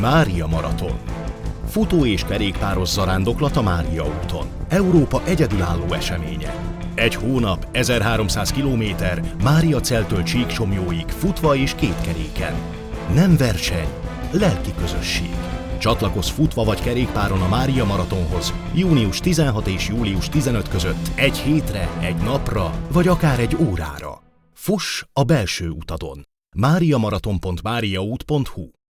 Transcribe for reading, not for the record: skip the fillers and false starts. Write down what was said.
Mária Maraton. Futó és kerékpáros zarándoklat a Mária úton. Európa egyedülálló eseménye. Egy hónap, 1300 kilométer, Máriaceltől Csíksomlyóig futva és kétkeréken. Nem verseny, lelki közösség. Csatlakozz futva vagy kerékpáron a Mária Maratonhoz június 16 és július 15 között egy hétre, egy napra, vagy akár egy órára. Fuss a belső utadon. mariamaraton.mariaút.hu